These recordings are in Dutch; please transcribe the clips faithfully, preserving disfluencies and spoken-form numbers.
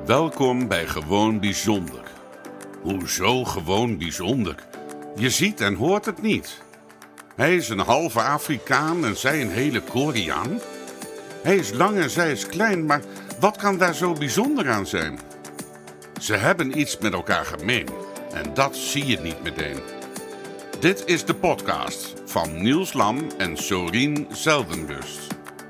Welkom bij Gewoon Bijzonder. Hoezo gewoon bijzonder? Je ziet en hoort het niet. Hij is een halve Afrikaan en zij een hele Koreaan. Hij is lang en zij is klein, maar wat kan daar zo bijzonder aan zijn? Ze hebben iets met elkaar gemeen en dat zie je niet meteen. Dit is de podcast van Niels Lam en Sorien Zeldenbust.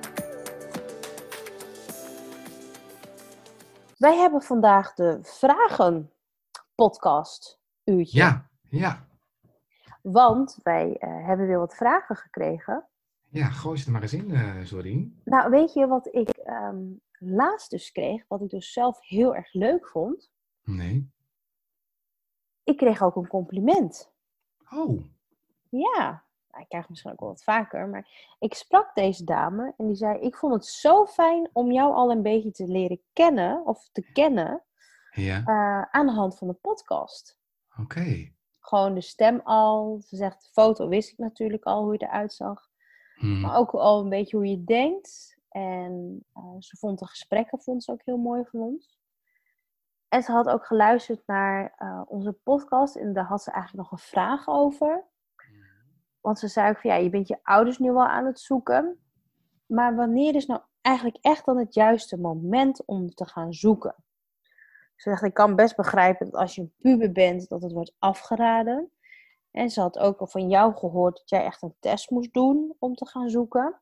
Wij hebben vandaag de Vragen podcast uurtje. Ja, ja. Want wij uh, hebben weer wat vragen gekregen. Ja, gooi ze er maar eens in, uh, Sorien. Nou, weet je wat ik um, laatst dus kreeg, wat ik dus zelf heel erg leuk vond? Nee. Ik kreeg ook een compliment. Oh. Ja, nou, ik krijg misschien ook wel wat vaker, maar ik sprak deze dame en die zei, ik vond het zo fijn om jou al een beetje te leren kennen, of te kennen, Ja. uh, aan de hand van de podcast. Oké. Okay. Gewoon de stem al. Ze zegt, de foto wist ik natuurlijk al hoe je eruit zag. Hmm. Maar ook al een beetje hoe je denkt. En uh, ze vond de gesprekken vond ze ook heel mooi van ons. En ze had ook geluisterd naar uh, onze podcast. En daar had ze eigenlijk nog een vraag over. Want ze zei ook van, ja, je bent je ouders nu wel aan het zoeken. Maar wanneer is nou eigenlijk echt dan het juiste moment om te gaan zoeken? Ze zegt, ik kan best begrijpen dat als je een puber bent, dat het wordt afgeraden. En ze had ook al van jou gehoord dat jij echt een test moest doen om te gaan zoeken.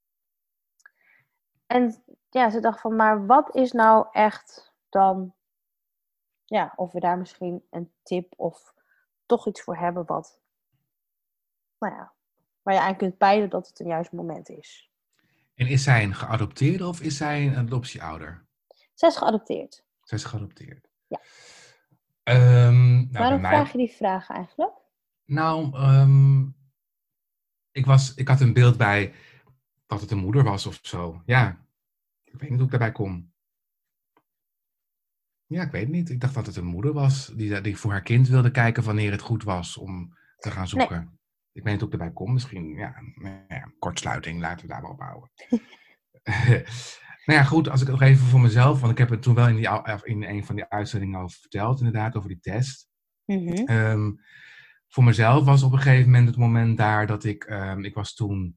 En ja, ze dacht van, maar wat is nou echt dan, ja, of we daar misschien een tip of toch iets voor hebben wat, nou ja, waar je aan kunt peilen dat het een juist moment is. En is zij een geadopteerde of is zij een adoptieouder? Zij is geadopteerd. Zij is geadopteerd. Ja. Um, nou, Waarom mij... vraag je die vraag eigenlijk? Nou, um, ik, was, ik had een beeld bij dat het een moeder was of zo. Ja, ik weet niet hoe ik daarbij kom. Ja, ik weet het niet. Ik dacht dat het een moeder was die, die voor haar kind wilde kijken wanneer het goed was om te gaan zoeken. Nee. Ik weet niet hoe ik erbij kom. Misschien, ja, ja kortsluiting, laten we daar wel op houden. Nou ja, goed, als ik het nog even voor mezelf, want ik heb het toen wel in, die, in een van die uitzendingen over verteld, inderdaad, over die test. Mm-hmm. Um, voor mezelf was op een gegeven moment het moment daar dat ik, um, ik was toen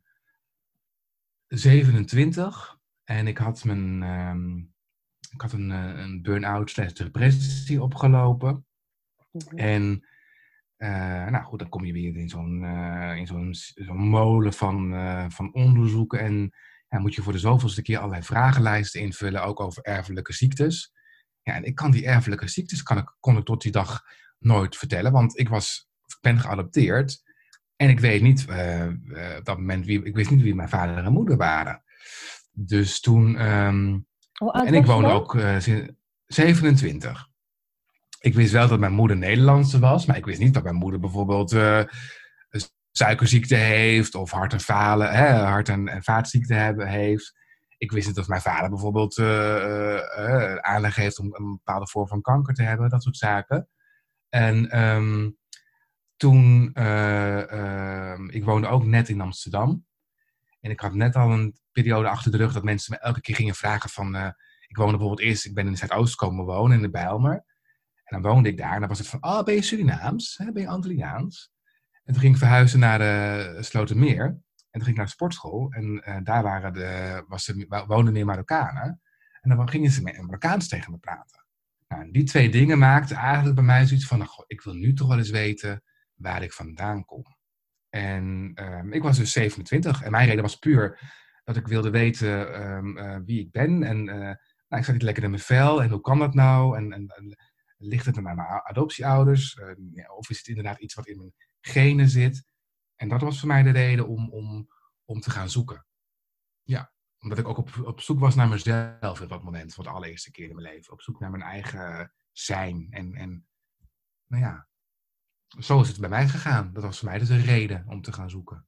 zevenentwintig en ik had mijn, um, ik had een, een burn-out slash depressie opgelopen. Mm-hmm. En, uh, nou goed, dan kom je weer in zo'n, uh, in zo'n, zo'n molen van, uh, van onderzoeken en ja, moet je voor de zoveelste keer allerlei vragenlijsten invullen, ook over erfelijke ziektes. Ja, en ik kan die erfelijke ziektes, kan ik, kon ik tot die dag nooit vertellen, want ik was, ik ben geadopteerd en ik weet niet, uh, uh, op dat moment, wie, ik wist niet wie mijn vader en moeder waren. Dus toen, um, Hoe oud en ik was woonde je ook uh, zevenentwintig. Ik wist wel dat mijn moeder Nederlandse was, maar ik wist niet dat mijn moeder bijvoorbeeld uh, suikerziekte heeft of hart- en falen, hè, hart- en, en vaatziekte hebben, heeft. Ik wist niet dat mijn vader bijvoorbeeld uh, uh, uh, aanleg heeft om een bepaalde vorm van kanker te hebben, dat soort zaken. En um, toen, uh, uh, ik woonde ook net in Amsterdam. En ik had net al een periode achter de rug dat mensen me elke keer gingen vragen van, uh, ik woonde bijvoorbeeld eerst, ik ben in de Zuidoost komen wonen, in de Bijlmer. En dan woonde ik daar en dan was het van, oh, ben je Surinaams? Hè? Ben je Antilliaans? En toen ging ik verhuizen naar de Slotermeer. En toen ging ik naar de sportschool. En uh, daar waren de, was de, woonden meer Marokkanen. En dan gingen ze met Marokkaans tegen me praten. Nou, die twee dingen maakten eigenlijk bij mij zoiets van, nou, goh, ik wil nu toch wel eens weten waar ik vandaan kom. En uh, ik was dus zevenentwintig. En mijn reden was puur dat ik wilde weten um, uh, wie ik ben. En uh, nou, ik zat niet lekker in mijn vel. En hoe kan dat nou? En, en, en ligt het aan mijn adoptieouders? Uh, ja, of is het inderdaad iets wat in mijn genen zit? En dat was voor mij de reden om, om, om te gaan zoeken. Ja, omdat ik ook op, op zoek was naar mezelf op dat moment. Voor de allereerste keer in mijn leven. Op zoek naar mijn eigen zijn. En, en nou ja, zo is het bij mij gegaan. Dat was voor mij dus een reden om te gaan zoeken.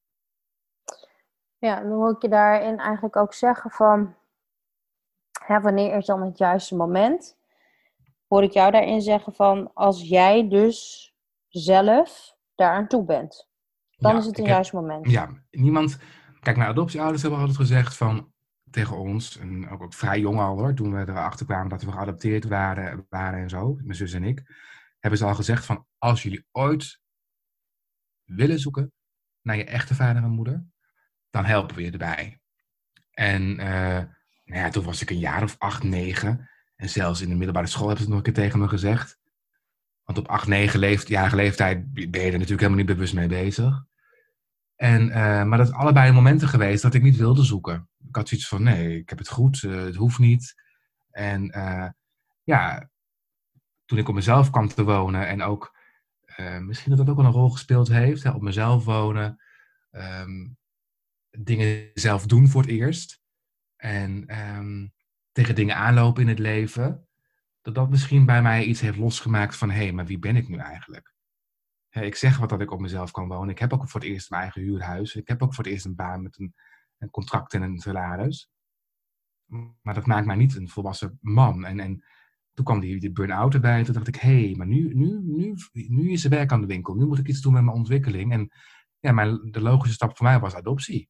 Ja, en dan wil ik je daarin eigenlijk ook zeggen van, ja, wanneer is dan het juiste moment? Hoor ik jou daarin zeggen van, als jij dus zelf daar aan toe bent, dan ja, is het een heb, juist moment. Ja, niemand, kijk, mijn adoptieouders hebben altijd gezegd van, tegen ons, en ook, ook vrij jong al hoor, toen we erachter kwamen dat we geadopteerd waren, waren en zo, mijn zus en ik, hebben ze al gezegd van, als jullie ooit willen zoeken naar je echte vader en moeder, dan helpen we je erbij. En uh, nou ja, toen was ik een jaar of acht, negen. En zelfs in de middelbare school hebben ze het nog een keer tegen me gezegd. Want op acht, negenjarige leeftijd ben je er natuurlijk helemaal niet bewust mee bezig. En, uh, maar dat is allebei momenten geweest dat ik niet wilde zoeken. Ik had zoiets van, nee, ik heb het goed, uh, het hoeft niet. En uh, ja, toen ik op mezelf kwam te wonen en ook, uh, misschien dat dat ook wel een rol gespeeld heeft, hè, op mezelf wonen, um, dingen zelf doen voor het eerst. En um, tegen dingen aanlopen in het leven. Dat dat misschien bij mij iets heeft losgemaakt van, hé, hey, maar wie ben ik nu eigenlijk? Hey, ik zeg wat dat ik op mezelf kan wonen. Ik heb ook voor het eerst mijn eigen huurhuis. Ik heb ook voor het eerst een baan met een, een contract en een salaris. Maar dat maakt mij niet een volwassen man. En, en toen kwam die, die burn-out erbij. Toen dacht ik, hé, hey, maar nu, nu, nu, nu is er werk aan de winkel. Nu moet ik iets doen met mijn ontwikkeling. En ja, mijn, de logische stap voor mij was adoptie.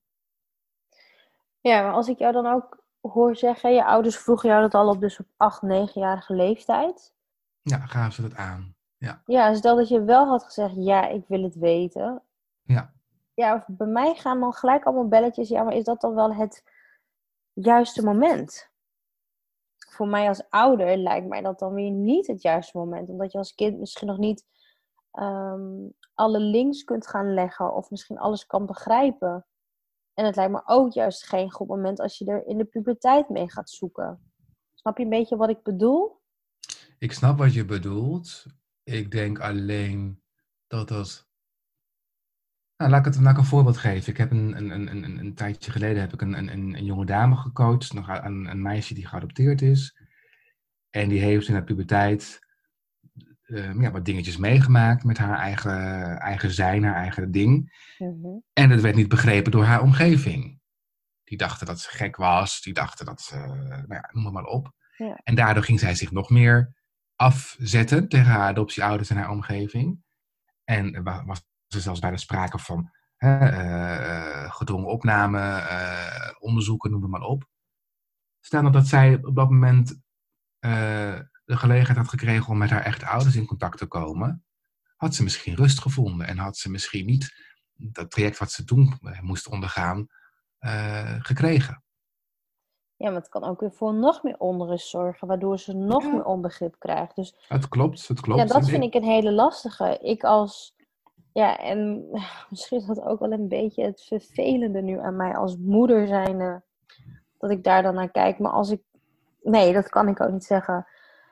Ja, maar als ik jou dan ook hoor zeggen, je ouders vroegen jou dat al op dus op acht, negenjarige leeftijd. Ja, gaven ze dat aan. Ja. Ja, stel dat je wel had gezegd, ja, ik wil het weten. Ja. Ja, bij mij gaan dan gelijk allemaal belletjes. Ja, maar is dat dan wel het juiste moment? Voor mij als ouder lijkt mij dat dan weer niet het juiste moment. Omdat je als kind misschien nog niet um, alle links kunt gaan leggen. Of misschien alles kan begrijpen. En het lijkt me ook juist geen goed moment als je er in de puberteit mee gaat zoeken. Snap je een beetje wat ik bedoel? Ik snap wat je bedoelt. Ik denk alleen dat dat... Nou, laat ik, het, laat ik een voorbeeld geven. Ik heb een, een, een, een, een tijdje geleden heb ik een, een, een jonge dame gecoacht. Nog een, een meisje die geadopteerd is. En die heeft in de puberteit uh, ja, wat dingetjes meegemaakt met haar eigen, eigen zijn, haar eigen ding. Mm-hmm. En het werd niet begrepen door haar omgeving. Die dachten dat ze gek was. Die dachten dat ze, nou ja, noem het maar op. Ja. En daardoor ging zij zich nog meer afzetten tegen haar adoptieouders en haar omgeving. En was er zelfs bijna sprake van hè, uh, gedwongen opname, uh, onderzoeken, noem het maar op. Stel nou dat zij op dat moment uh, de gelegenheid had gekregen om met haar echte ouders in contact te komen, had ze misschien rust gevonden en had ze misschien niet dat traject wat ze toen moest ondergaan uh, gekregen. Ja, maar het kan ook weer voor nog meer onrust zorgen, waardoor ze nog ja. meer onbegrip krijgt. Dus, het klopt, het klopt. Ja, dat vind ik een hele lastige. Ik als, ja, en misschien is dat ook wel een beetje het vervelende nu aan mij als moeder zijnde, dat ik daar dan naar kijk. Maar als ik, nee, dat kan ik ook niet zeggen.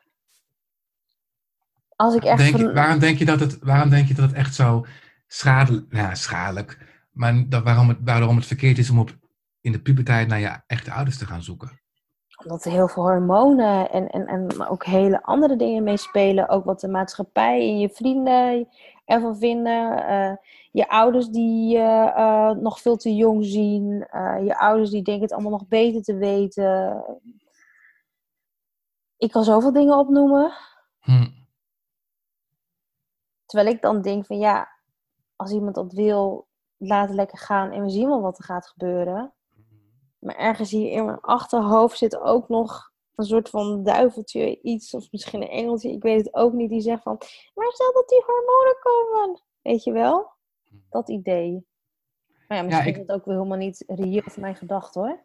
Als ik echt denk je, van... waarom, denk je dat het, waarom denk je dat het echt zo schadelijk, ja, schadelijk, maar dat, waarom, het, waarom het verkeerd is om op in de puberteit naar je echte ouders te gaan zoeken? Omdat er heel veel hormonen en, en, en ook hele andere dingen meespelen. Ook wat de maatschappij en je vrienden ervan vinden. Uh, je ouders die je uh, nog veel te jong zien. Uh, je ouders die denken het allemaal nog beter te weten. Ik kan zoveel dingen opnoemen. Hm. Terwijl ik dan denk van ja, als iemand dat wil, laat het lekker gaan en we zien wel wat er gaat gebeuren. Maar ergens hier in mijn achterhoofd zit ook nog een soort van duiveltje, iets, of misschien een engeltje, ik weet het ook niet, die zegt van, maar stel dat die hormonen komen. Weet je wel? Dat idee. Maar ja, misschien ja, ik... is het ook wel helemaal niet reëel van mijn gedachte hoor.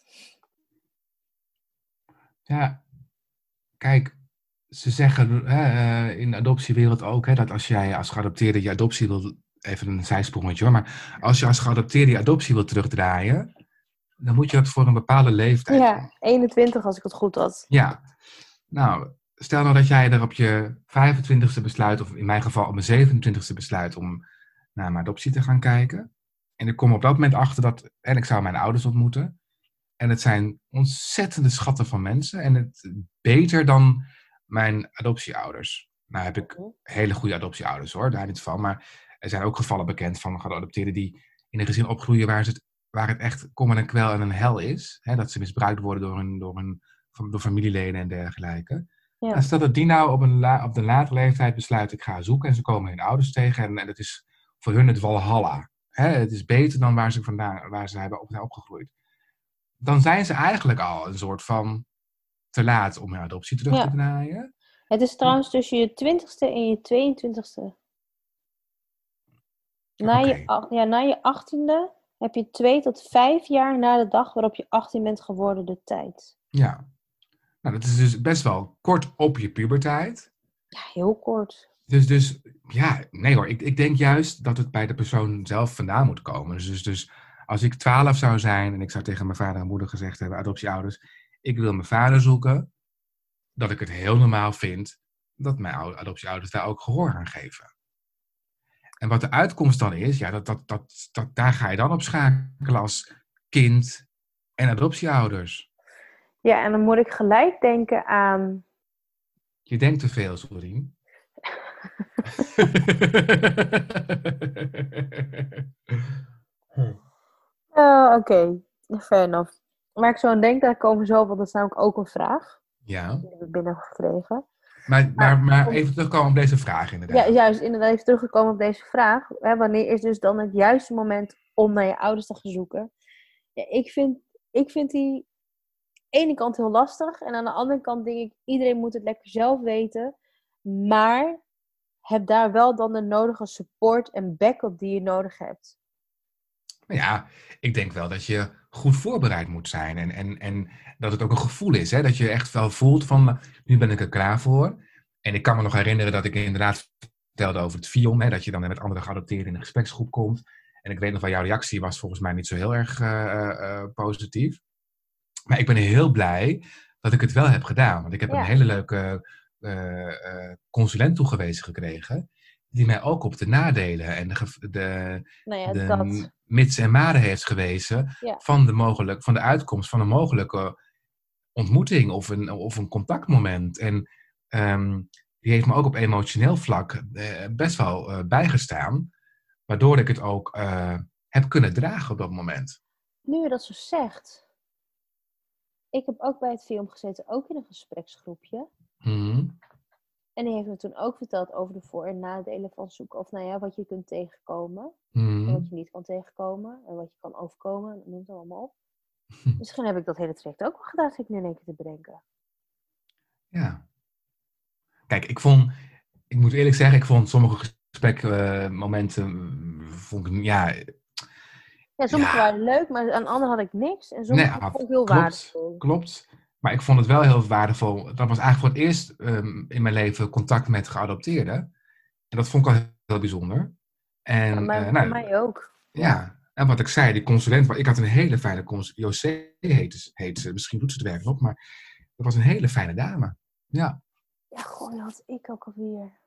Ja, kijk, ze zeggen hè, in de adoptiewereld ook, hè, dat als jij als geadopteerde je adoptie wil, even een zijsprongetje hoor, maar als je als geadopteerde je adoptie wil terugdraaien, dan moet je dat voor een bepaalde leeftijd ja, doen. eenentwintig als ik het goed had. Ja, nou, stel nou dat jij er op je vijfentwintigste besluit, of in mijn geval op mijn zevenentwintigste besluit om naar mijn adoptie te gaan kijken. En ik kom op dat moment achter dat, en ik zou mijn ouders ontmoeten. En het zijn ontzettende schatten van mensen. En het beter dan mijn adoptieouders. Nou heb ik hele goede adoptieouders hoor, daar niet van. Maar er zijn ook gevallen bekend van geadopteerden die in een gezin opgroeien waar, ze het, waar het echt kommer en kwel en een hel is. Hè, dat ze misbruikt worden door, een, door, een, door familieleden en dergelijke. Ja. En stel dat die nou op, een la, op de late leeftijd besluiten, ik ga zoeken. En ze komen hun ouders tegen. En, en het is voor hun het walhalla. Hè, het is beter dan waar ze, vandaan, waar ze hebben op, zijn opgegroeid. dan zijn ze eigenlijk al een soort van te laat om je adoptie terug te Ja. draaien. Het is trouwens tussen je twintigste en je tweeëntwintigste. Na, Oké. je, ach- ja, na je achttiende heb je twee tot vijf jaar na de dag waarop je achttien bent geworden de tijd. Ja. Nou, dat is dus best wel kort op je puberteit. Ja, heel kort. Dus, dus ja, nee hoor. Ik, ik denk juist dat het bij de persoon zelf vandaan moet komen. Dus, dus, dus als ik twaalf zou zijn en ik zou tegen mijn vader en moeder gezegd hebben, adoptieouders, ik wil mijn vader zoeken, dat ik het heel normaal vind dat mijn oude- adoptieouders daar ook gehoor aan geven. En wat de uitkomst dan is, ja, dat, dat, dat, dat, daar ga je dan op schakelen als kind en adoptieouders. Ja, en dan moet ik gelijk denken aan... Je denkt te veel, sorry. Oh, oké. Fair enough. Waar ik zo aan denk, daar komen we zo, want dat is namelijk ook een vraag. Ja, Die hebben we binnengekregen. maar, maar, maar even terugkomen op deze vraag inderdaad. Ja, juist, inderdaad, even teruggekomen op deze vraag. Hè, wanneer is dus dan het juiste moment om naar je ouders te gaan zoeken? Ja, ik vind, ik vind die aan de ene kant heel lastig. En aan de andere kant denk ik, iedereen moet het lekker zelf weten. Maar heb daar wel dan de nodige support en backup die je nodig hebt. Maar ja, ik denk wel dat je goed voorbereid moet zijn. En, en, en dat het ook een gevoel is. Hè? Dat je echt wel voelt van, nu ben ik er klaar voor. En ik kan me nog herinneren dat ik inderdaad vertelde over het FIOM. Hè? Dat je dan met andere geadopteerden in een gespreksgroep komt. En ik weet nog wel, jouw reactie was volgens mij niet zo heel erg uh, uh, positief. Maar ik ben heel blij dat ik het wel heb gedaan. Want ik heb Ja. een hele leuke uh, uh, consulent toegewezen gekregen. Die mij ook op de nadelen en de, de, Nou ja, de dat. mits en maden heeft gewezen. Ja. Van, de mogelijk, van de uitkomst van een mogelijke ontmoeting of een, of een contactmoment. En um, die heeft me ook op emotioneel vlak uh, best wel uh, bijgestaan. Waardoor ik het ook uh, heb kunnen dragen op dat moment. Nu je dat zo zegt. Ik heb ook bij het FIOM gezeten, ook in een gespreksgroepje. Mm-hmm. En die heeft me toen ook verteld over de voor- en nadelen van zoeken. Of nou ja, wat je kunt tegenkomen. Mm-hmm. En wat je niet kan tegenkomen. En wat je kan overkomen. Noem het allemaal op. Misschien heb ik dat hele traject ook wel gedaan, zit ik nu in één keer te bedenken. Ja. Kijk, ik vond... Ik moet eerlijk zeggen, ik vond sommige gesprekmomenten... Uh, vond ik, ja... Ja, sommige ja. waren leuk, maar aan andere had ik niks. En sommige nee, vond ik heel klopt, waardevol. Klopt. Maar ik vond het wel heel waardevol. Dat was eigenlijk voor het eerst um, in mijn leven contact met geadopteerden. En dat vond ik al heel bijzonder. En, ja, maar, uh, nou, voor mij ook. Ja, en wat ik zei, die consulent, ik had een hele fijne consulent, José heet, heet ze, misschien doet ze het werk nog, maar dat was een hele fijne dame. Ja. Ja, goh, dat had ik ook alweer.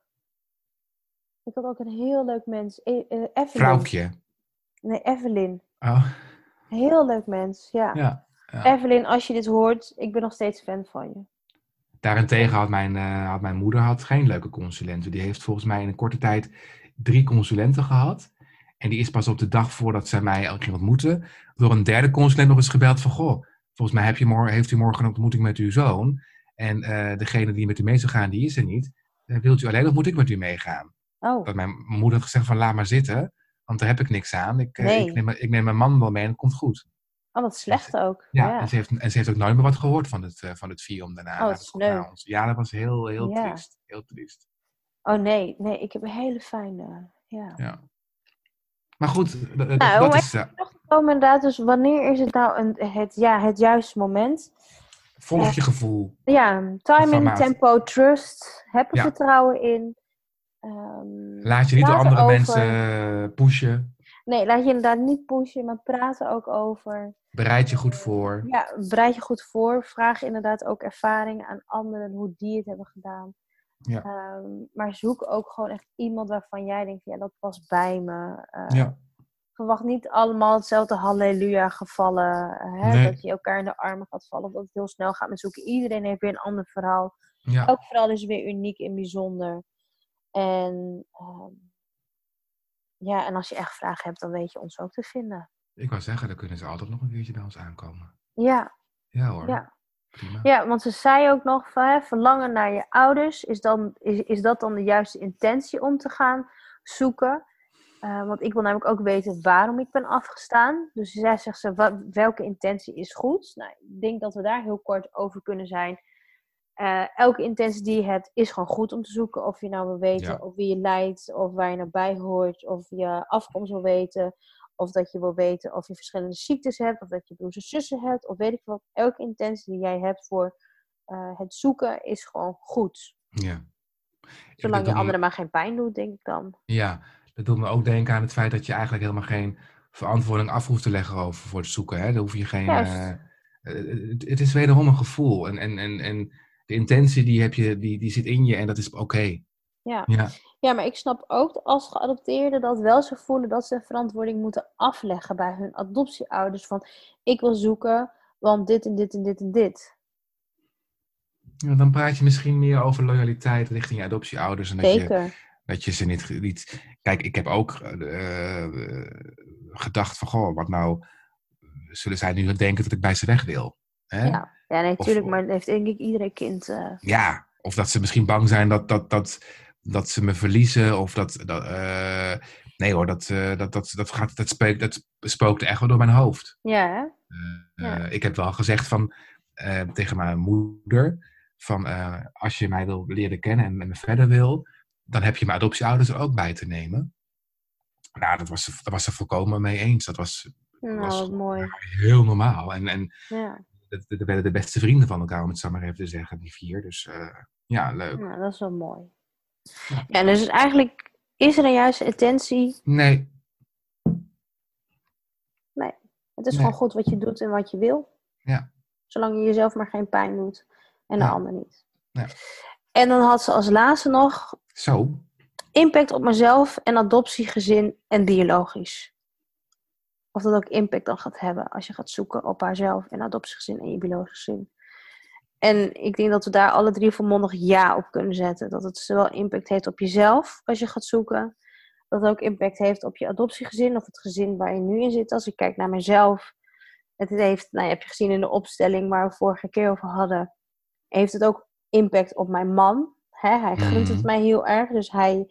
Ik had ook een heel leuk mens, e- uh, Evelyn. Vrouwtje. Nee, Evelyn. Oh. Heel leuk mens, ja. Ja, ja. Evelyn, als je dit hoort, ik ben nog steeds fan van je. Daarentegen had mijn, uh, had mijn moeder had geen leuke consulenten. Die heeft volgens mij in een korte tijd drie consulenten gehad. En die is pas op de dag voordat zij mij ging ontmoeten, door een derde consulent nog eens gebeld van, goh, volgens mij heb je morgen, heeft u morgen een ontmoeting met uw zoon. En uh, degene die met u mee zou gaan, die is er niet. Uh, wilt u alleen of moet ik met u meegaan? Oh. Dat mijn moeder had gezegd van, laat maar zitten, want daar heb ik niks aan. Ik, uh, nee. ik, neem, ik neem mijn man wel mee en het komt goed. Oh, wat slecht en, ook. Ja, ja. En, ze heeft, en ze heeft ook nooit meer wat gehoord van het, uh, van het FIOM daarna. Oh, dat is leuk. Ja, dat was heel, heel ja. triest. Heel triest. Oh nee, nee, ik heb een hele fijne, ja. ja. Maar goed, nou, dat, dat is... Uh... terug te komen inderdaad, dus wanneer is het nou een, het, ja, het juiste moment? Volg je uh, gevoel. Ja, timing, tempo, trust. Heb er ja. vertrouwen in. Um, laat je niet door andere over... mensen pushen. Nee, laat je inderdaad niet pushen, maar praat er ook over. Bereid je goed voor. Ja, bereid je goed voor. Vraag inderdaad ook ervaring aan anderen, hoe die het hebben gedaan. Ja. Um, maar zoek ook gewoon echt iemand waarvan jij denkt, ja, dat past bij me. Uh, ja. Verwacht niet allemaal hetzelfde halleluja gevallen. Hè? Nee. Dat je elkaar in de armen gaat vallen. Of dat het heel snel gaat met zoeken. Iedereen heeft weer een ander verhaal. Ja. Elk verhaal is weer uniek en bijzonder. En um, ja, en als je echt vragen hebt, dan weet je ons ook te vinden. Ik wou zeggen, dan kunnen ze altijd nog een keertje bij ons aankomen. Ja. Ja hoor. Ja. Prima. Ja, want ze zei ook nog van, hè, verlangen naar je ouders. Is, dan, is, is dat dan de juiste intentie om te gaan zoeken? Uh, want ik wil namelijk ook weten waarom ik ben afgestaan. Dus zij zegt ze, wa- welke intentie is goed? Nou, ik denk dat we daar heel kort over kunnen zijn. Uh, elke intentie die je hebt is gewoon goed om te zoeken. Of je nou wil weten Ja. of wie je leidt, of waar je naar bij hoort, of je afkomst wil weten, of dat je wil weten of je verschillende ziektes hebt, of dat je broers en zussen hebt, of weet ik wat. Elke intentie die jij hebt voor uh, het zoeken is gewoon goed. Ja. Zolang Dat je doet anderen me, maar geen pijn doet, denk ik dan. ja, dat doet me ook denken aan het feit dat je eigenlijk helemaal geen verantwoording af hoeft te leggen over voor het zoeken. Hè? Dan hoef je geen. Uh, Juist. het, het is wederom een gevoel. En, en, en, en de intentie die heb je, die, die zit in je en dat is oké. Okay. Ja. Ja. ja, maar ik snap ook dat als geadopteerden dat wel zo voelen dat ze verantwoording moeten afleggen bij hun adoptieouders. Van, ik wil zoeken, want dit en dit en dit en dit. Ja, dan praat je misschien meer over loyaliteit richting je adoptieouders. En dat Zeker. Je, dat je ze niet, niet... Kijk, ik heb ook uh, gedacht van, goh, wat nou... Zullen zij nu denken dat ik bij ze weg wil? Hè? Ja, ja nee, natuurlijk, of, maar dat heeft denk ik iedereen kind... Uh... Ja, of dat ze misschien bang zijn dat, dat, dat, dat ze me verliezen. Of dat... dat uh, nee hoor, dat, uh, dat, dat, dat, gaat, dat, speuk, dat spookt echt wel door mijn hoofd. Ja, hè? Uh, ja. Ik heb wel gezegd van, uh, tegen mijn moeder... van uh, als je mij wil leren kennen en met me verder wil... dan heb je mijn adoptieouders er ook bij te nemen. Nou, dat was, dat was ze volkomen mee eens. Dat was... Nou, was wat mooi. Heel normaal. En, en ja. er werden de beste vrienden van elkaar, om het zo maar even te zeggen, die vier. Dus uh, ja, leuk. Nou, dat is wel mooi. Ja, ja, dus eigenlijk is er een juiste intentie? Nee. Nee. Het is nee. gewoon goed wat je doet en wat je wil. Ja. Zolang je jezelf maar geen pijn doet. En de ja. ander niet. Ja. En dan had ze als laatste nog... Zo. Impact op mezelf en adoptie, gezin en biologisch. Of dat ook impact dan gaat hebben als je gaat zoeken op haarzelf en adoptiegezin en je biologisch gezin. En ik denk dat we daar alle drie volmondig ja op kunnen zetten. Dat het zowel impact heeft op jezelf als je gaat zoeken. Dat het ook impact heeft op je adoptiegezin of het gezin waar je nu in zit. Als ik kijk naar mezelf. Het heeft, nou, je hebt gezien in de opstelling waar we vorige keer over hadden. Heeft het ook impact op mijn man. Hè? Hij gunt Mm-hmm. het mij heel erg. Dus hij...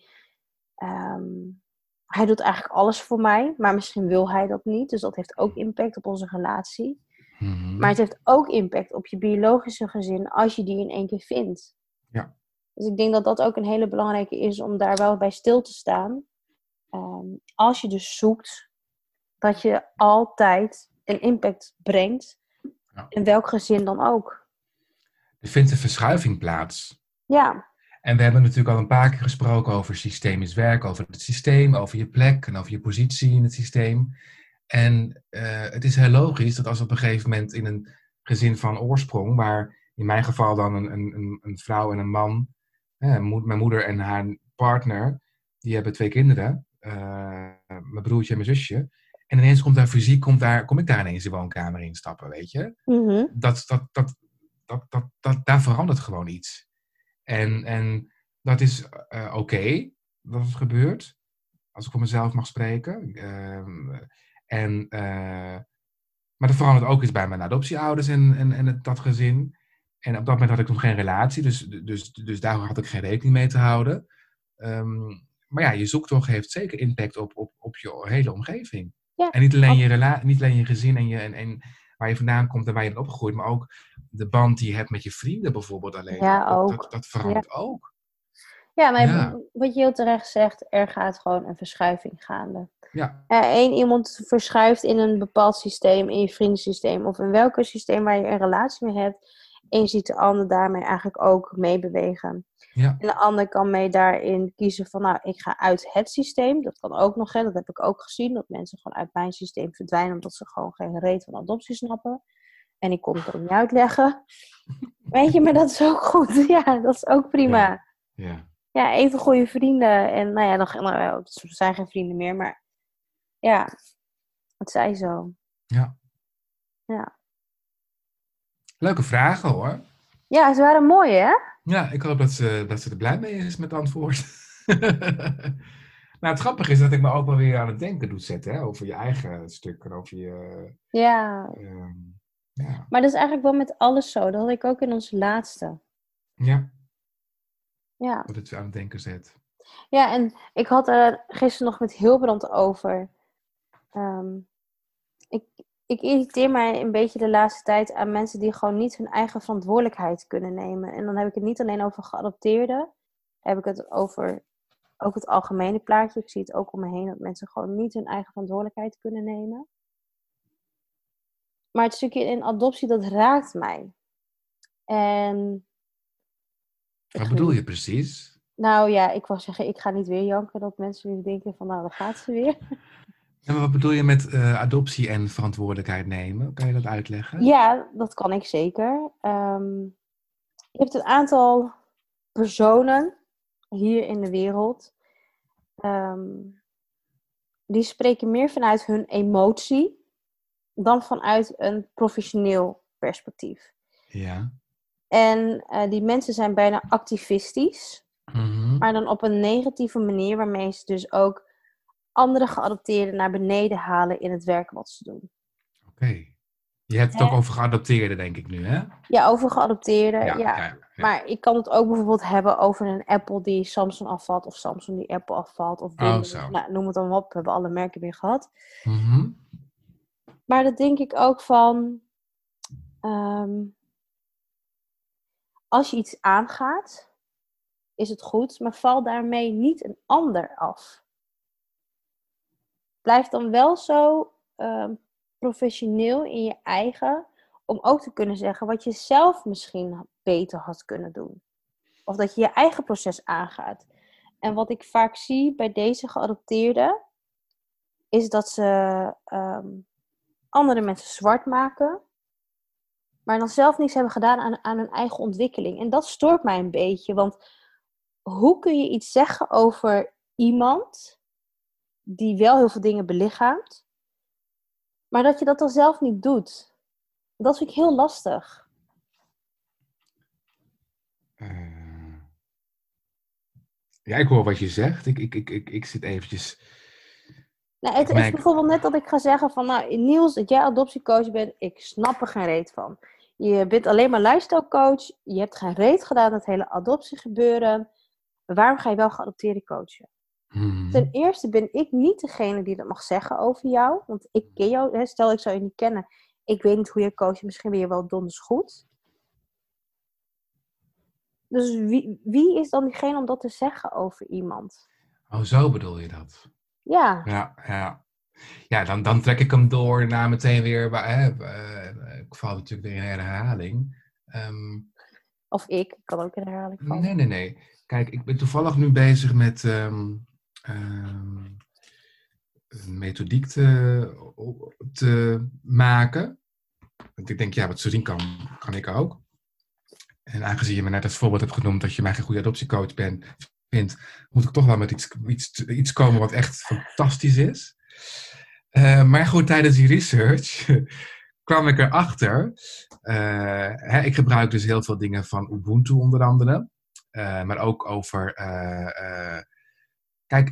Um, hij doet eigenlijk alles voor mij, maar misschien wil hij dat niet. Dus dat heeft ook impact op onze relatie. Mm-hmm. Maar het heeft ook impact op je biologische gezin als je die in één keer vindt. Ja. Dus ik denk dat dat ook een hele belangrijke is om daar wel bij stil te staan. Um, als je dus zoekt, dat je altijd een impact brengt. Ja. In welk gezin dan ook. Er vindt een verschuiving plaats. Ja. En we hebben natuurlijk al een paar keer gesproken over systemisch werk, over het systeem, over je plek en over je positie in het systeem. En uh, het is heel logisch dat als op een gegeven moment in een gezin van oorsprong, waar in mijn geval dan een, een, een vrouw en een man, eh, mijn moeder en haar partner, die hebben twee kinderen, uh, mijn broertje en mijn zusje. En ineens komt daar fysiek, komt daar, kom ik daar ineens de woonkamer in stappen, weet je. Mm-hmm. Dat, dat, dat, dat, dat, dat, daar verandert gewoon iets. En, en dat is uh, oké okay, dat het gebeurt, als ik voor mezelf mag spreken. Uh, en, uh, maar er verandert ook iets bij mijn adoptieouders en, en, en het, dat gezin. En op dat moment had ik nog geen relatie, dus, dus, dus daar had ik geen rekening mee te houden. Um, maar ja, je zoektocht heeft zeker impact op, op, op je hele omgeving. Ja, en niet alleen, je rela- niet alleen je gezin en, je, en, en waar je vandaan komt en waar je bent opgegroeid, maar ook de band die je hebt met je vrienden bijvoorbeeld alleen. Ja, dat, ook. Dat, dat verandert ja. ook. Ja, maar Ja. wat je heel terecht zegt, er gaat gewoon een verschuiving gaande. Ja. Eén uh, iemand verschuift in een bepaald systeem, in je vriendensysteem of in welk systeem waar je een relatie mee hebt. En je ziet de ander daarmee eigenlijk ook meebewegen. Ja. En de ander kan mee daarin kiezen van, nou, ik ga uit het systeem. Dat kan ook nog, hè. Dat heb ik ook gezien. Dat mensen gewoon uit mijn systeem verdwijnen omdat ze gewoon geen reet van adoptie snappen. En ik kon het ook niet uitleggen. Weet je, maar dat is ook goed. Ja, dat is ook prima. Ja. Ja. Ja, even goede vrienden. En nou ja, dan, nou, ze zijn geen vrienden meer, maar ja, het zij zo. Ja. Ja. Leuke vragen hoor. Ja, ze waren mooi hè? Ja, ik hoop dat ze, dat ze er blij mee is met het antwoord. Nou, het grappige is dat ik me ook wel weer aan het denken doe zetten, hè, over je eigen stuk en over je... Ja. Uh, ja. Maar dat is eigenlijk wel met alles zo. Dat had ik ook in onze laatste. Ja. Ja. Dat het je aan het denken zet. Ja, en ik had er gisteren nog met Hilbrand over. Um, ik, ik irriteer mij een beetje de laatste tijd aan mensen die gewoon niet hun eigen verantwoordelijkheid kunnen nemen. En dan heb ik het niet alleen over geadopteerden. Heb ik het over ook het algemene plaatje. Ik zie het ook om me heen dat mensen gewoon niet hun eigen verantwoordelijkheid kunnen nemen. Maar het stukje in adoptie, dat raakt mij. En... Wat bedoel je precies? Nou ja, ik wou zeggen, ik ga niet weer janken dat mensen nu denken van, nou, dan gaat ze weer. En wat bedoel je met uh, adoptie en verantwoordelijkheid nemen? Kan je dat uitleggen? Ja, dat kan ik zeker. Um, je hebt een aantal personen hier in de wereld. Um, die spreken meer vanuit hun emotie dan vanuit een professioneel perspectief. Ja. En uh, die mensen zijn bijna activistisch. Mm-hmm. Maar dan op een negatieve manier, waarmee ze dus ook andere geadopteerden naar beneden halen in het werk wat ze doen. Oké. Okay. Je hebt het ook over geadopteerden, denk ik nu, hè? Ja, over geadopteerden, ja, ja. ja, ja. Maar ik kan het ook bijvoorbeeld hebben over een Apple die Samsung afvalt, of Samsung die Apple afvalt, of Windows. Oh, zo. Nou, noem het dan op, we hebben alle merken weer gehad. Mm-hmm. Maar dat denk ik ook van... Um, als je iets aangaat, is het goed, maar val daarmee niet een ander af. Blijf dan wel zo um, professioneel in je eigen, om ook te kunnen zeggen wat je zelf misschien beter had kunnen doen. Of dat je je eigen proces aangaat. En wat ik vaak zie bij deze geadopteerden, is dat ze um, andere mensen zwart maken, maar dan zelf niets hebben gedaan aan, aan hun eigen ontwikkeling. En dat stoort mij een beetje, want hoe kun je iets zeggen over iemand die wel heel veel dingen belichaamt, maar dat je dat dan zelf niet doet? Dat vind ik heel lastig. Uh, ja, ik hoor wat je zegt. Ik, ik, ik, ik, ik zit eventjes... Nou, het is bijvoorbeeld net dat ik ga zeggen van, nou Niels, dat jij adoptiecoach bent, ik snap er geen reet van. Je bent alleen maar lifestyle-coach, je hebt geen reet gedaan aan het hele adoptiegebeuren. Waarom ga je wel geadopteerde coachen? Hmm. Ten eerste ben ik niet degene die dat mag zeggen over jou, want ik ken jou, hè, stel ik zou je niet kennen, ik weet niet hoe je coacht, misschien ben je wel donders goed. Dus wie, wie is dan diegene om dat te zeggen over iemand? Oh, zo bedoel je dat? Ja. Ja, ja. Ja, dan, dan trek ik hem door naar meteen weer... Hè, uh, ik val natuurlijk weer in herhaling. Um, of ik, ik kan ook in herhaling vallen. Nee, nee, nee. Kijk, ik ben toevallig nu bezig met um, um, een methodiek te, te maken. Want ik denk, ja, wat Sorien kan, kan ik ook. En aangezien je me net als voorbeeld hebt genoemd dat je mij geen goede adoptiecoach bent, vindt, moet ik toch wel met iets, iets, iets komen wat echt fantastisch is. Uh, maar goed, tijdens die research kwam ik erachter. Uh, hè, ik gebruik dus heel veel dingen van Ubuntu onder andere. Uh, maar ook over... Uh, uh, kijk,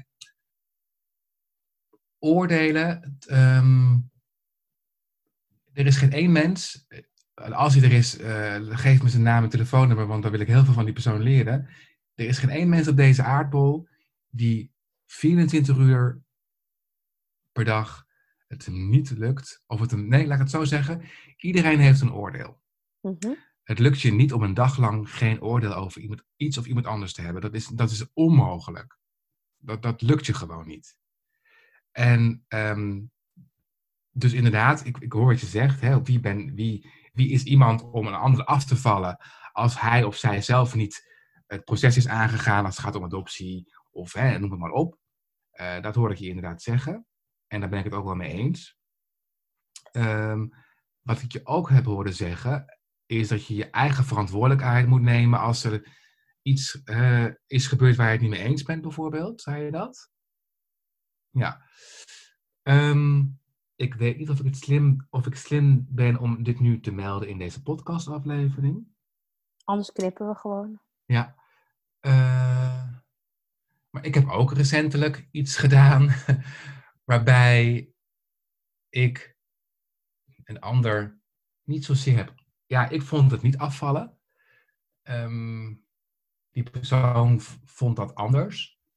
oordelen... Um, er is geen één mens... Als hij er is, uh, geef me zijn naam en telefoonnummer, want dan wil ik heel veel van die persoon leren. Er is geen één mens op deze aardbol die vierentwintig uur per dag het hem niet lukt. Of het hem, nee, laat ik het zo zeggen. Iedereen heeft een oordeel. Mm-hmm. Het lukt je niet om een dag lang geen oordeel over iemand, iets of iemand anders te hebben. Dat is, dat is onmogelijk. Dat, dat lukt je gewoon niet. En um, dus inderdaad, ik, ik hoor wat je zegt. Hè, wie, ben, wie, wie is iemand om een ander af te vallen als hij of zij zelf niet het proces is aangegaan als het gaat om adoptie of hè, noem het maar op. Uh, dat hoor ik je inderdaad zeggen. En daar ben ik het ook wel mee eens. Um, wat ik je ook heb horen zeggen, is dat je je eigen verantwoordelijkheid moet nemen als er iets uh, is gebeurd waar je het niet mee eens bent, bijvoorbeeld. Zei je dat? Ja. Um, ik weet niet of ik, het slim, of ik slim ben om dit nu te melden in deze podcastaflevering. Anders knippen we gewoon. Ja. Uh, maar ik heb ook recentelijk iets gedaan waarbij ik een ander niet zozeer heb. Ja, ik vond het niet afvallen. Um, die persoon v- vond dat anders.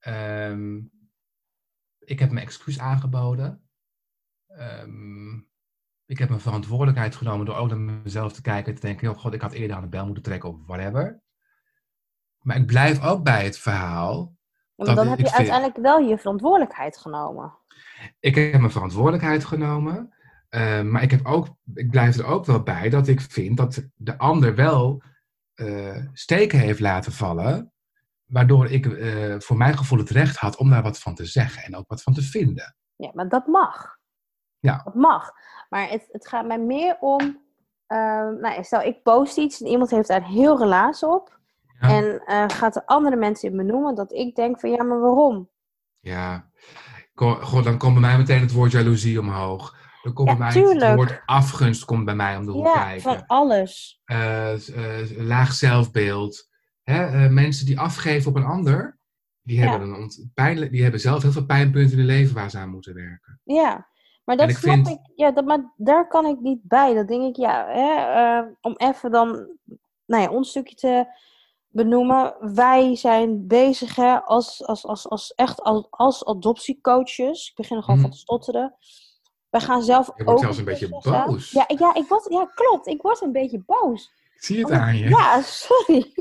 Um, ik heb mijn excuus aangeboden. Um, ik heb mijn verantwoordelijkheid genomen door ook naar mezelf te kijken en te denken, oh god, ik had eerder aan de bel moeten trekken of whatever. Maar ik blijf ook bij het verhaal. Ja, maar dan heb je vind, uiteindelijk wel je verantwoordelijkheid genomen. Ik heb mijn verantwoordelijkheid genomen. Uh, maar ik, heb ook, ik blijf er ook wel bij dat ik vind dat de ander wel uh, steken heeft laten vallen. Waardoor ik uh, voor mijn gevoel het recht had om daar wat van te zeggen. En ook wat van te vinden. Ja, maar dat mag. Ja. Dat mag. Maar het, het gaat mij meer om... Uh, nou, stel, ik post iets en iemand heeft daar een heel relaas op. Ja. En uh, gaat de andere mensen in benoemen dat ik denk van ja, maar waarom? Ja, God, dan komt bij mij meteen het woord jaloezie omhoog. Dan komt ja, bij mij tuurlijk. het woord afgunst komt bij mij om de hoek ja, kijken. Van alles. Uh, uh, laag zelfbeeld. Hè? Uh, mensen die afgeven op een ander, die, ja. hebben een ont- pijn, die hebben zelf heel veel pijnpunten in hun leven waar ze aan moeten werken. Ja, maar dat ik snap vind... ik. Ja, dat, maar daar kan ik niet bij. Dat denk ik, ja, hè, uh, om even dan, nou ja, ons stukje te benoemen. Wij zijn bezig, hè, als, als, als, als echt als, als adoptiecoaches. Ik begin er gewoon mm. van te stotteren. Wij gaan zelf ook... Je wordt zelfs een beetje boos. Ja, ja, ik word, ja, klopt. Ik word een beetje boos. Ik zie het Want, aan je. Ja, sorry.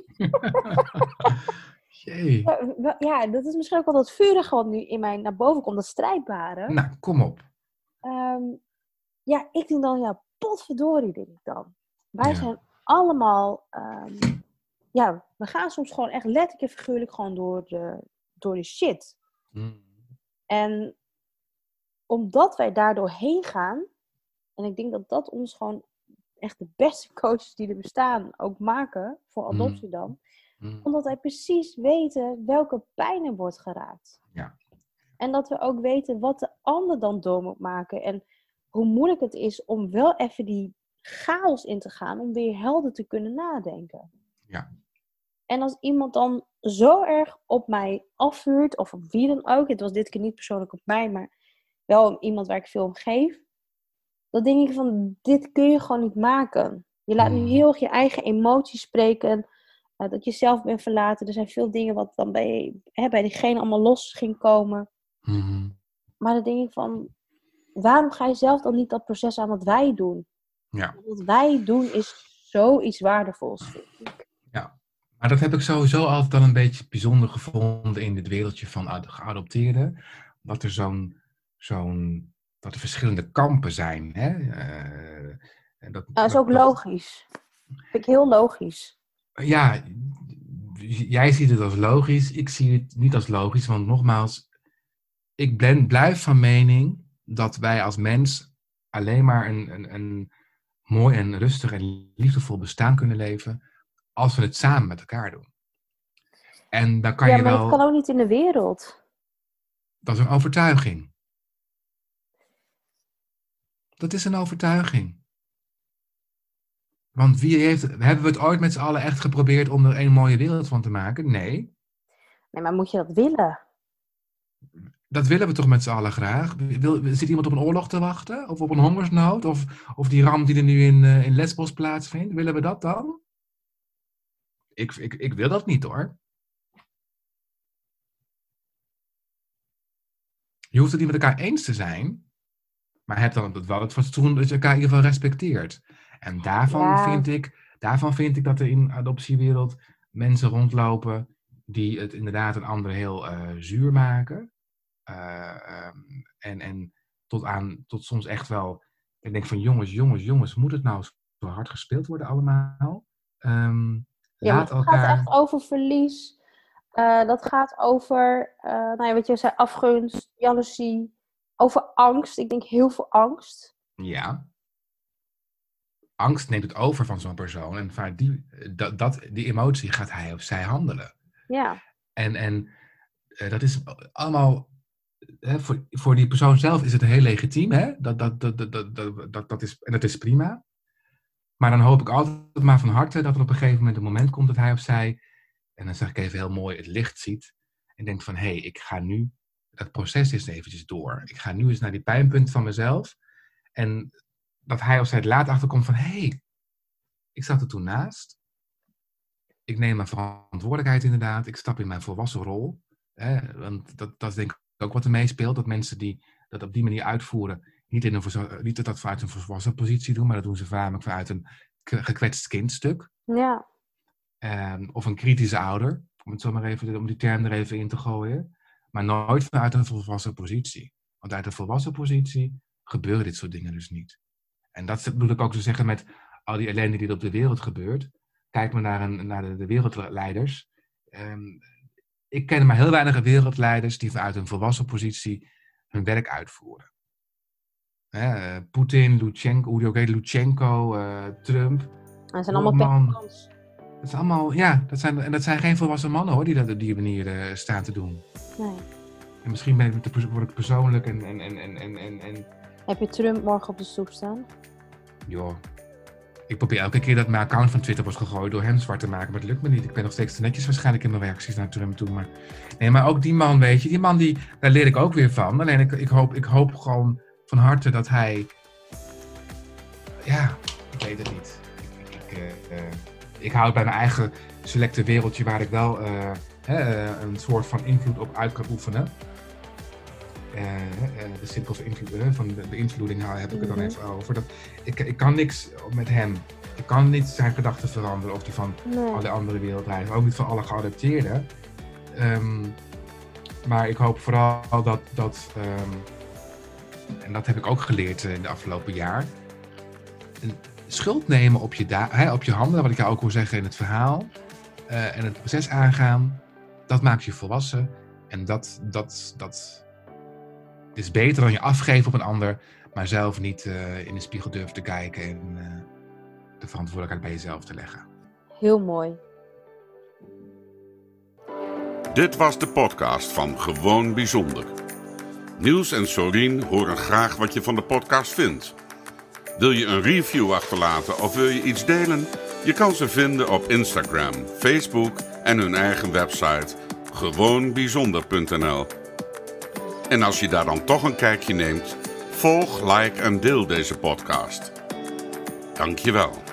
Jee. Ja, dat is misschien ook wel dat vurige wat nu in mij naar boven komt. Dat strijdbare. Nou, kom op. Um, ja, ik denk dan, ja, potverdorie, denk ik dan. Wij ja. zijn allemaal... Um, ja, we gaan soms gewoon echt letterlijk en figuurlijk gewoon door de, door de shit. Mm. En omdat wij daardoor heen gaan... En ik denk dat dat ons gewoon echt de beste coaches die er bestaan ook maken. Voor adoptie mm. dan. Mm. Omdat wij precies weten welke pijn er wordt geraakt. Ja. En dat we ook weten wat de ander dan door moet maken. En hoe moeilijk het is om wel even die chaos in te gaan. Om weer helder te kunnen nadenken. Ja. En als iemand dan zo erg op mij afvuurt. Of op wie dan ook. Het was dit keer niet persoonlijk op mij. Maar wel iemand waar ik veel om geef. Dan denk ik van, dit kun je gewoon niet maken. Je laat nu heel erg je eigen emoties spreken. Uh, dat je zelf bent verlaten. Er zijn veel dingen wat dan bij, hè, bij diegene allemaal los ging komen. Mm-hmm. Maar dan denk ik van, waarom ga je zelf dan niet dat proces aan wat wij doen? Ja. Wat wij doen is zoiets waardevols, vind ik. Ja, maar dat heb ik sowieso altijd al een beetje bijzonder gevonden in dit wereldje van geadopteerden. Dat er zo'n, zo'n, dat er verschillende kampen zijn. Hè? Uh, dat, dat, dat is ook dat, logisch. Dat vind ik heel logisch. Ja, jij ziet het als logisch. Ik zie het niet als logisch, want nogmaals, ik ben, blijf van mening dat wij als mens alleen maar een, een, een mooi en rustig en liefdevol bestaan kunnen leven als we het samen met elkaar doen. En dan kan ja, je wel... maar dat kan ook niet in de wereld. Dat is een overtuiging. Dat is een overtuiging. Want wie heeft, hebben we het ooit met z'n allen echt geprobeerd om er een mooie wereld van te maken? Nee. Nee, maar moet je dat willen? Dat willen we toch met z'n allen graag? Wil, zit iemand op een oorlog te wachten? Of op een hongersnood? Of, of die ramp die er nu in, uh, in Lesbos plaatsvindt? Willen we dat dan? Ik, ik, ik wil dat niet hoor. Je hoeft het niet met elkaar eens te zijn. Maar heb dan wel het fatsoen dat je elkaar in ieder geval respecteert. En daarvan, ja. vind ik, daarvan vind ik dat er in de adoptiewereld mensen rondlopen die het inderdaad een ander heel uh, zuur maken. Uh, um, en en tot, aan, tot soms echt wel, ik denk van jongens, jongens, jongens, moet het nou zo hard gespeeld worden allemaal? Um, ja, laat het elkaar... gaat echt over verlies. Uh, dat gaat over, uh, nou ja, wat je zei, afgunst, jaloezie, over angst. Ik denk heel veel angst. Ja. Angst neemt het over van zo'n persoon en vanuit die, dat, dat, die emotie gaat hij of zij handelen. Ja. En, en uh, dat is allemaal, hè, voor, voor die persoon zelf is het heel legitiem, hè? Dat, dat, dat, dat, dat, dat, dat, dat is, en dat is prima. Maar dan hoop ik altijd maar van harte dat er op een gegeven moment een moment komt dat hij of zij, en dan zeg ik even heel mooi, het licht ziet. En denkt van, hé, hey, ik ga nu, dat proces is eventjes door. Ik ga nu eens naar die pijnpunt van mezelf. En dat hij of zij het later achterkomt van, hé, hey, ik zat er toen naast. Ik neem mijn verantwoordelijkheid inderdaad. Ik stap in mijn volwassen rol. Hè, want dat, dat is denk ik ook wat er meespeelt. Dat mensen die dat op die manier uitvoeren, niet, in een, niet dat vanuit een volwassen positie doen, maar dat doen ze vaak vanuit een gekwetst kindstuk. Ja. Um, of een kritische ouder, om het zo maar even, om die term er even in te gooien. Maar nooit vanuit een volwassen positie. Want uit een volwassen positie gebeuren dit soort dingen dus niet. En dat bedoel ik ook te zeggen met al die ellende die er op de wereld gebeurt. Kijk maar naar, een, naar de, de wereldleiders. Um, ik ken maar heel weinig wereldleiders die vanuit een volwassen positie hun werk uitvoeren. Uh, Poetin, Lutsenko, Lutsenko uh, Trump. Dat zijn allemaal peperkans. Dat zijn allemaal, ja, dat zijn, en dat zijn geen volwassen mannen hoor, die dat op die manier uh, staan te doen. Nee. En misschien ben ik, word ik persoonlijk en, en, en, en, en, en... Heb je Trump morgen op de stoep staan? Joh. Ik probeer elke keer dat mijn account van Twitter wordt gegooid door hem zwart te maken, maar het lukt me niet. Ik ben nog steeds te netjes waarschijnlijk in mijn reacties naar Trump toe. Maar, nee, maar ook die man, weet je, die man, die, daar leer ik ook weer van. Alleen ik, ik, hoop, ik hoop gewoon van harte dat hij... Ja, ik weet het niet. Ik, ik, uh, uh, ik hou het bij mijn eigen selecte wereldje waar ik wel uh, uh, een soort van invloed op uit kan oefenen. Uh, uh, de cirkel van, invloed, uh, van de beïnvloeding heb ik het dan even over. Dat, ik, ik kan niks met hem. Ik kan niet zijn gedachten veranderen of die van nee. alle andere wereldleiders. Ook niet van alle geadopteerden. Um, maar ik hoop vooral dat, dat um, en dat heb ik ook geleerd in de afgelopen jaar, een schuld nemen op je, da- hè, op je handen, wat ik jou ook wil zeggen in het verhaal, uh, en het proces aangaan, dat maakt je volwassen. En dat, dat, dat is beter dan je afgeven op een ander, maar zelf niet uh, in de spiegel durven te kijken en uh, de verantwoordelijkheid bij jezelf te leggen. Heel mooi. Dit was de podcast van Gewoon Bijzonder. Niels en Sorien horen graag wat je van de podcast vindt. Wil je een review achterlaten of wil je iets delen? Je kan ze vinden op Instagram, Facebook en hun eigen website gewoon bijzonder punt n l. En als je daar dan toch een kijkje neemt, volg, like en deel deze podcast. Dank je wel.